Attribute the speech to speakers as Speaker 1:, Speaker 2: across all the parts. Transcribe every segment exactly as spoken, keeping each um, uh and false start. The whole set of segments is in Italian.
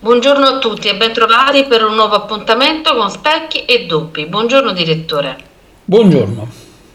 Speaker 1: Buongiorno a tutti e bentrovati per un nuovo appuntamento con Specchi e Doppi. Buongiorno direttore.
Speaker 2: Buongiorno.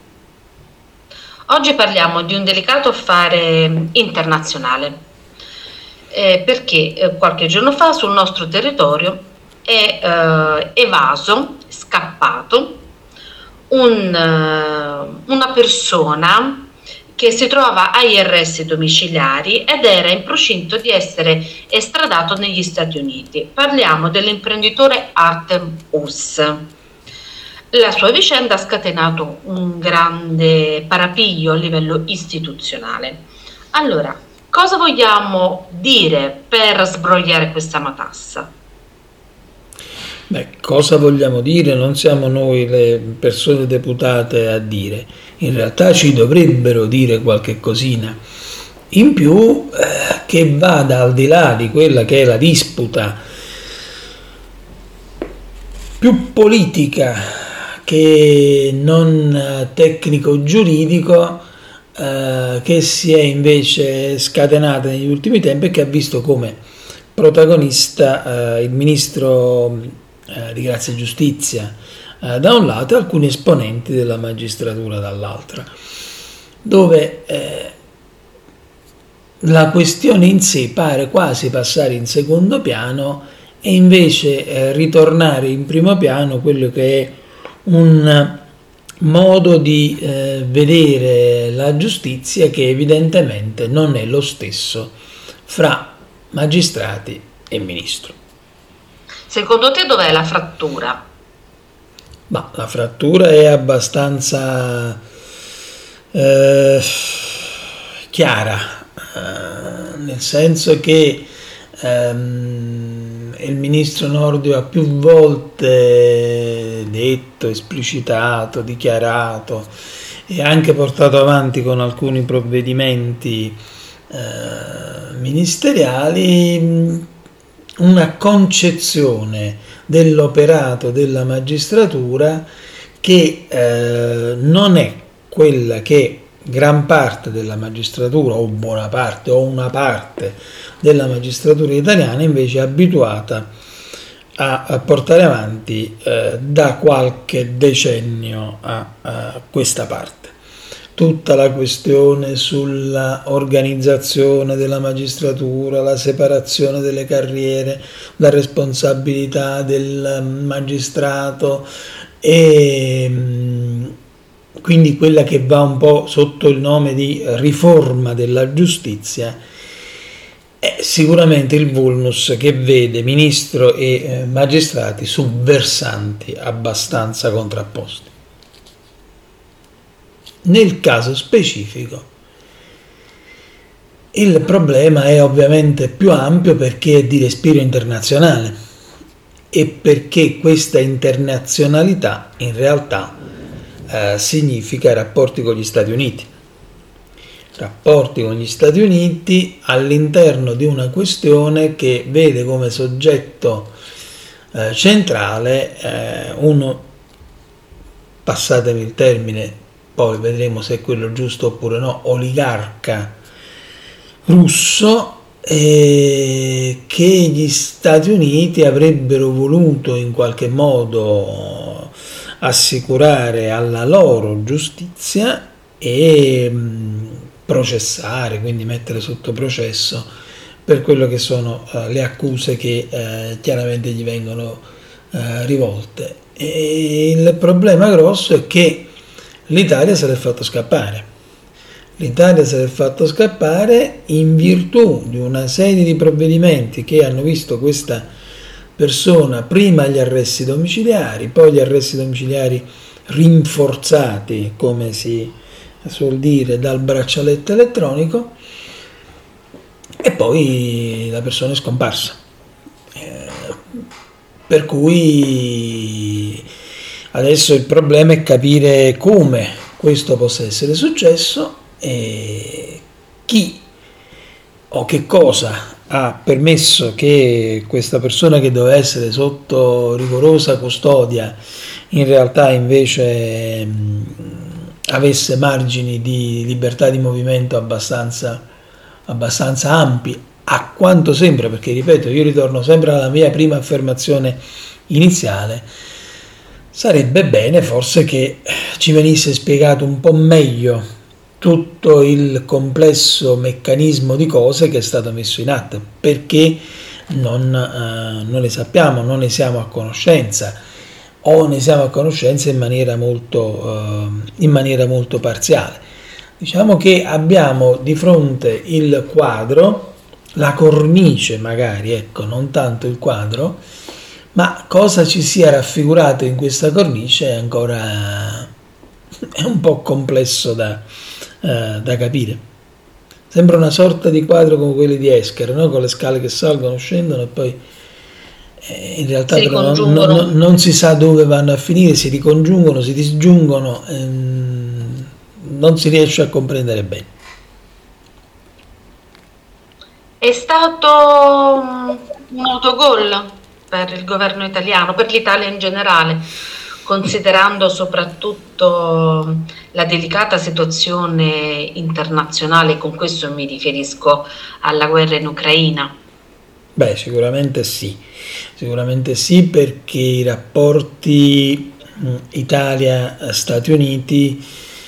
Speaker 1: Oggi parliamo di un delicato affare internazionale, eh, perché eh, qualche giorno fa sul nostro territorio è eh, evaso, scappato, un, eh, una persona che si trovava agli arresti domiciliari ed era in procinto di essere estradato negli Stati Uniti. Parliamo dell'imprenditore Artem Us. La sua vicenda ha scatenato un grande parapiglio a livello istituzionale. Allora, cosa vogliamo dire per sbrogliare questa matassa?
Speaker 2: Beh, cosa vogliamo dire? Non siamo noi le persone deputate a dire. In realtà ci dovrebbero dire qualche cosina in più eh, che vada al di là di quella che è la disputa più politica che non tecnico-giuridico eh, che si è invece scatenata negli ultimi tempi e che ha visto come protagonista eh, il ministro eh, di Grazia e Giustizia eh, da un lato e alcuni esponenti della magistratura dall'altra, dove eh, la questione in sé pare quasi passare in secondo piano e invece eh, ritornare in primo piano quello che è un modo di eh, vedere la giustizia che evidentemente non è lo stesso fra magistrati e ministro.
Speaker 1: Secondo te dov'è la frattura?
Speaker 2: Ma la frattura è abbastanza eh, chiara, eh, nel senso che ehm, il ministro Nordio ha più volte detto, esplicitato, dichiarato e anche portato avanti con alcuni provvedimenti eh, ministeriali una concezione dell'operato della magistratura che eh, non è quella che gran parte della magistratura o buona parte o una parte della magistratura italiana invece è abituata a, a portare avanti eh, da qualche decennio a, a questa parte. Tutta la questione sulla organizzazione della magistratura, la separazione delle carriere, la responsabilità del magistrato e quindi quella che va un po' sotto il nome di riforma della giustizia è sicuramente il vulnus che vede ministro e magistrati su versanti abbastanza contrapposti. Nel caso specifico il problema è ovviamente più ampio perché è di respiro internazionale e perché questa internazionalità in realtà eh, significa rapporti con gli Stati Uniti. Rapporti con gli Stati Uniti all'interno di una questione che vede come soggetto eh, centrale eh, uno, passatemi il termine, poi vedremo se è quello giusto oppure no, oligarca russo eh, che gli Stati Uniti avrebbero voluto in qualche modo assicurare alla loro giustizia e mh, processare, quindi mettere sotto processo per quello che sono uh, le accuse che uh, chiaramente gli vengono uh, rivolte. E il problema grosso è che l'Italia se l'è fatto scappare. L'Italia se l'è fatto scappare in virtù di una serie di provvedimenti che hanno visto questa persona prima agli arresti domiciliari, poi gli arresti domiciliari rinforzati, come si suol dire, dal braccialetto elettronico e poi la persona è scomparsa. Eh, per cui adesso il problema è capire come questo possa essere successo e chi o che cosa ha permesso che questa persona che doveva essere sotto rigorosa custodia in realtà invece mh, avesse margini di libertà di movimento abbastanza, abbastanza ampi a quanto sembra, perché ripeto, io ritorno sempre alla mia prima affermazione iniziale, sarebbe bene forse che ci venisse spiegato un po' meglio tutto il complesso meccanismo di cose che è stato messo in atto, perché non, eh, non le sappiamo, non ne siamo a conoscenza, o ne siamo a conoscenza in maniera molto, eh, in maniera molto parziale. Diciamo che abbiamo di fronte il quadro, la cornice magari, ecco, non tanto il quadro, ma cosa ci sia raffigurato in questa cornice è ancora è un po' complesso da, eh, da capire. Sembra una sorta di quadro come quelli di Escher, no? Con le scale che salgono, scendono e poi eh, in realtà però non, non, non si sa dove vanno a finire, si ricongiungono, si disgiungono, ehm, non si riesce a comprendere bene.
Speaker 1: È stato un autogol per il governo italiano, per l'Italia in generale, considerando soprattutto la delicata situazione internazionale, con questo mi riferisco alla guerra in Ucraina.
Speaker 2: Beh, sicuramente sì, sicuramente sì, perché i rapporti Italia-Stati Uniti,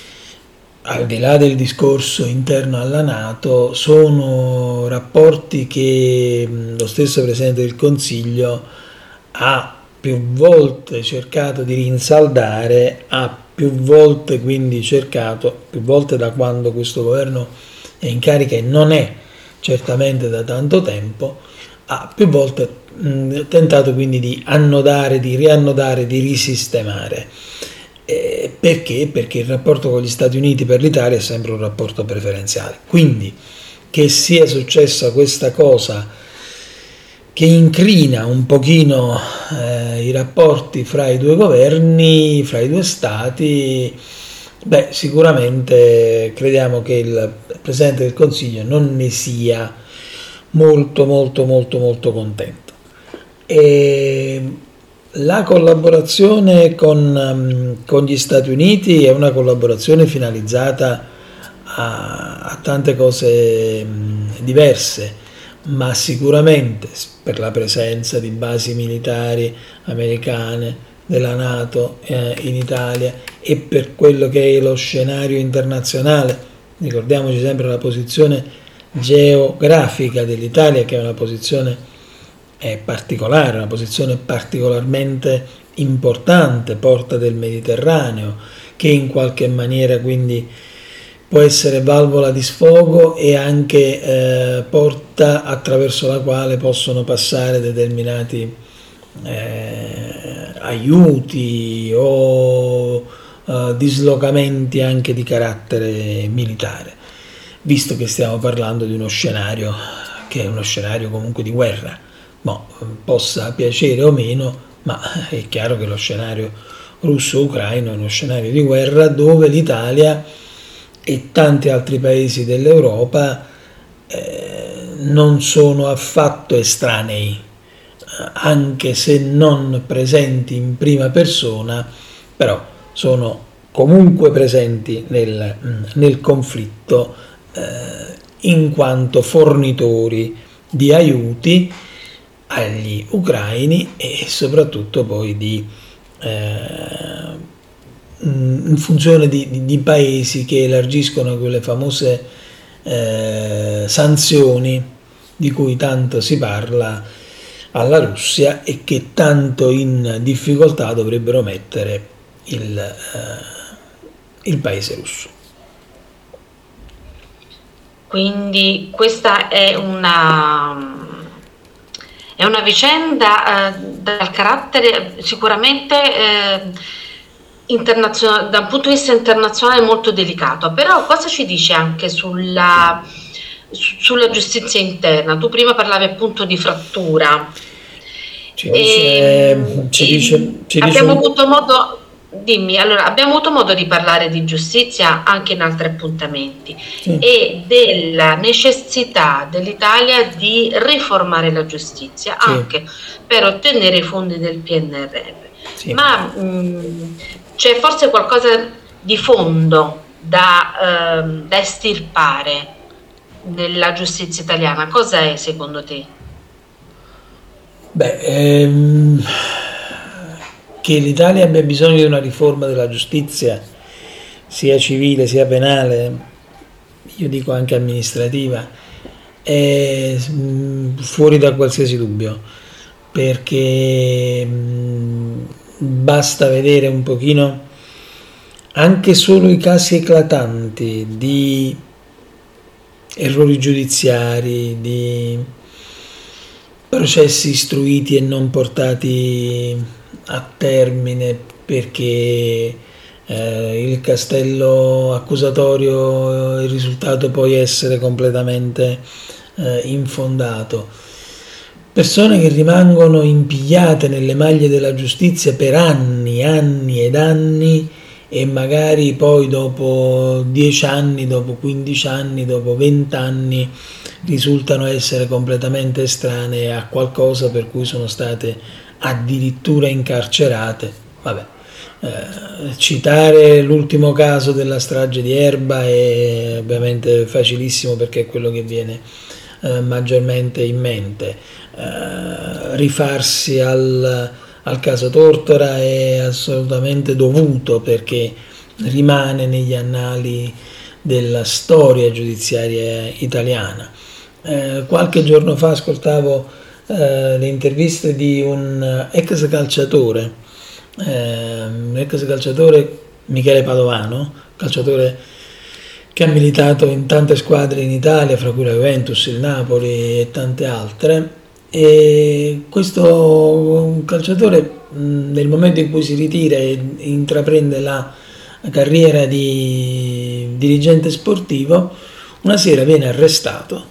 Speaker 2: al di là del discorso interno alla NATO, sono rapporti che lo stesso Presidente del Consiglio ha più volte cercato di rinsaldare, ha più volte quindi cercato, più volte da quando questo governo è in carica e non è certamente da tanto tempo, ha più volte mh, tentato quindi di annodare, di riannodare, di risistemare. Eh, perché? Perché il rapporto con gli Stati Uniti per l'Italia è sempre un rapporto preferenziale. Quindi che sia successa questa cosa che incrina un pochino eh, i rapporti fra i due governi, fra i due stati, beh, sicuramente crediamo che il Presidente del Consiglio non ne sia molto molto molto molto contento. E la collaborazione con, con gli Stati Uniti è una collaborazione finalizzata a, a tante cose diverse, ma sicuramente per la presenza di basi militari americane della NATO eh, in Italia e per quello che è lo scenario internazionale. Ricordiamoci sempre la posizione geografica dell'Italia, che è una posizione è particolare, una posizione particolarmente importante, porta del Mediterraneo, che in qualche maniera quindi può essere valvola di sfogo e anche eh, porta attraverso la quale possono passare determinati eh, aiuti o eh, dislocamenti anche di carattere militare, visto che stiamo parlando di uno scenario che è uno scenario comunque di guerra. Mo, possa piacere o meno, ma è chiaro che lo scenario russo-ucraino è uno scenario di guerra dove l'Italia e tanti altri paesi dell'Europa eh, non sono affatto estranei, anche se non presenti in prima persona, però sono comunque presenti nel, nel conflitto eh, in quanto fornitori di aiuti agli ucraini e soprattutto poi di eh, in funzione di, di, di paesi che elargiscono quelle famose eh, sanzioni di cui tanto si parla alla Russia e che tanto in difficoltà dovrebbero mettere il, eh, il paese russo.
Speaker 1: Quindi questa è una È una vicenda eh, dal carattere sicuramente eh, internazionale, da un punto di vista internazionale molto delicato, però cosa ci dice anche sulla, su, sulla giustizia interna? Tu prima parlavi appunto di frattura.
Speaker 2: Ci dice, e, ci dice, ci
Speaker 1: abbiamo
Speaker 2: dice...
Speaker 1: avuto modo... Dimmi, allora, abbiamo avuto modo di parlare di giustizia anche in altri appuntamenti, sì, e della necessità dell'Italia di riformare la giustizia, sì, anche per ottenere i fondi del P N R R. Sì. Ma mh, c'è forse qualcosa di fondo da, ehm, da estirpare della giustizia italiana, cosa è secondo te?
Speaker 2: Beh, ehm, che l'Italia abbia bisogno di una riforma della giustizia, sia civile sia penale, io dico anche amministrativa, è mm, fuori da qualsiasi dubbio, perché mm, basta vedere un pochino anche solo i casi eclatanti di errori giudiziari, di processi istruiti e non portati a termine perché eh, il castello accusatorio è risultato poi essere completamente eh, infondato. Persone che rimangono impigliate nelle maglie della giustizia per anni, anni ed anni, e magari poi dopo dieci anni, dopo quindici anni, dopo venti anni risultano essere completamente estranee a qualcosa per cui sono state addirittura incarcerate. Vabbè, eh, citare l'ultimo caso della strage di Erba è ovviamente facilissimo perché è quello che viene eh, maggiormente in mente. Eh, rifarsi al al caso Tortora è assolutamente dovuto perché rimane negli annali della storia giudiziaria italiana. Eh, qualche giorno fa ascoltavo eh, le interviste di un ex calciatore, eh, un ex calciatore Michele Padovano, calciatore che ha militato in tante squadre in Italia, fra cui la Juventus, il Napoli e tante altre. E questo calciatore nel momento in cui si ritira e intraprende la carriera di dirigente sportivo, una sera viene arrestato,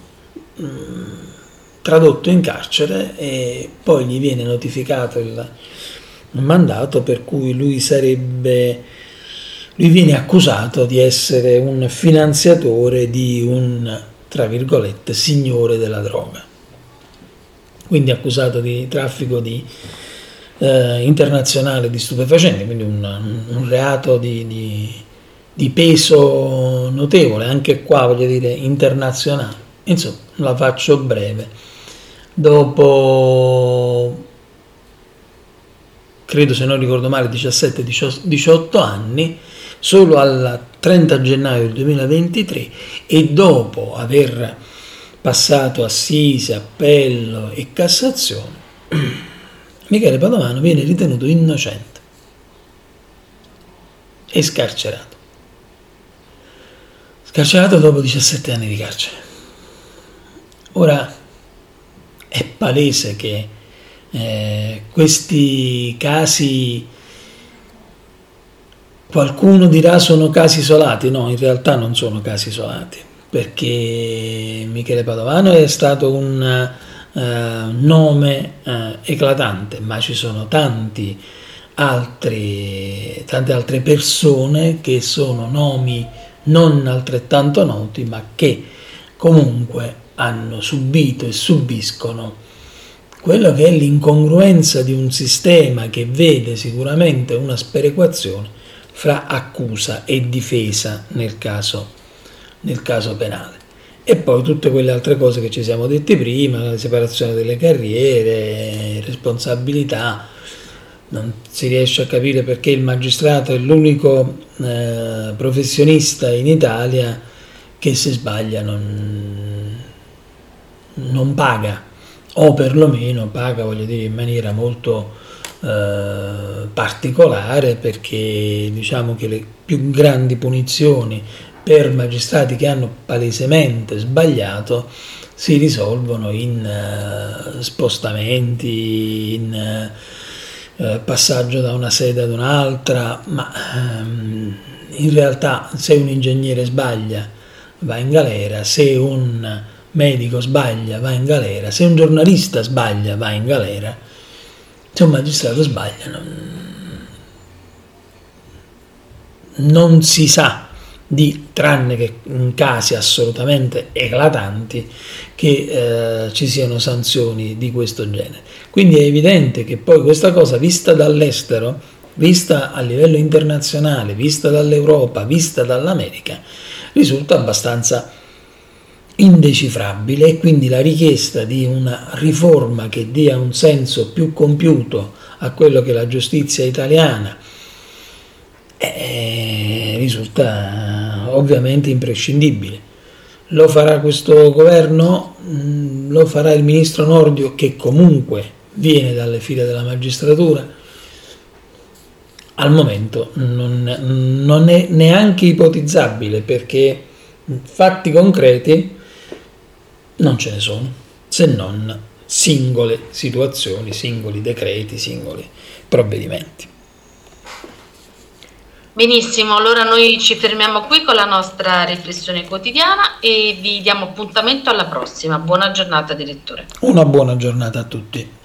Speaker 2: tradotto in carcere e poi gli viene notificato il mandato per cui lui sarebbe lui viene accusato di essere un finanziatore di un, tra virgolette, signore della droga. Quindi accusato di traffico di, eh, internazionale di stupefacenti, quindi un, un reato di, di, di peso notevole, anche qua voglio dire internazionale. Insomma, la faccio breve. Dopo, credo se non ricordo male, diciassette diciotto anni, solo al trenta gennaio del duemilaventitré e dopo aver passato assise, appello e Cassazione, Michele Padovano viene ritenuto innocente e scarcerato. Scarcerato dopo diciassette anni di carcere. Ora è palese che eh, questi casi, qualcuno dirà sono casi isolati, no, in realtà non sono casi isolati, perché Michele Padovano è stato un uh, nome uh, eclatante, ma ci sono tanti altri, tante altre persone che sono nomi non altrettanto noti, ma che comunque hanno subito e subiscono quello che è l'incongruenza di un sistema che vede sicuramente una sperequazione fra accusa e difesa nel caso nel caso penale, e poi tutte quelle altre cose che ci siamo detti prima, la separazione delle carriere, responsabilità. Non si riesce a capire perché il magistrato è l'unico eh, professionista in Italia che se sbaglia non, non paga, o perlomeno paga, voglio dire, in maniera molto eh, particolare, perché diciamo che le più grandi punizioni per magistrati che hanno palesemente sbagliato si risolvono in uh, spostamenti, in uh, passaggio da una sede ad un'altra, ma um, in realtà se un ingegnere sbaglia va in galera, se un medico sbaglia va in galera, se un giornalista sbaglia va in galera, se un magistrato sbaglia non, non si sa di, tranne che in casi assolutamente eclatanti, che eh, ci siano sanzioni di questo genere. Quindi è evidente che poi questa cosa, vista dall'estero, vista a livello internazionale, vista dall'Europa, vista dall'America, risulta abbastanza indecifrabile, e quindi la richiesta di una riforma che dia un senso più compiuto a quello che è la giustizia italiana eh, risulta ovviamente imprescindibile. Lo farà questo governo? Lo farà il ministro Nordio, che comunque viene dalle file della magistratura? Al momento non, non è neanche ipotizzabile, perché fatti concreti non ce ne sono, se non singole situazioni, singoli decreti, singoli provvedimenti.
Speaker 1: Benissimo, allora noi ci fermiamo qui con la nostra riflessione quotidiana e vi diamo appuntamento alla prossima. Buona giornata, direttore.
Speaker 2: Una buona giornata a tutti.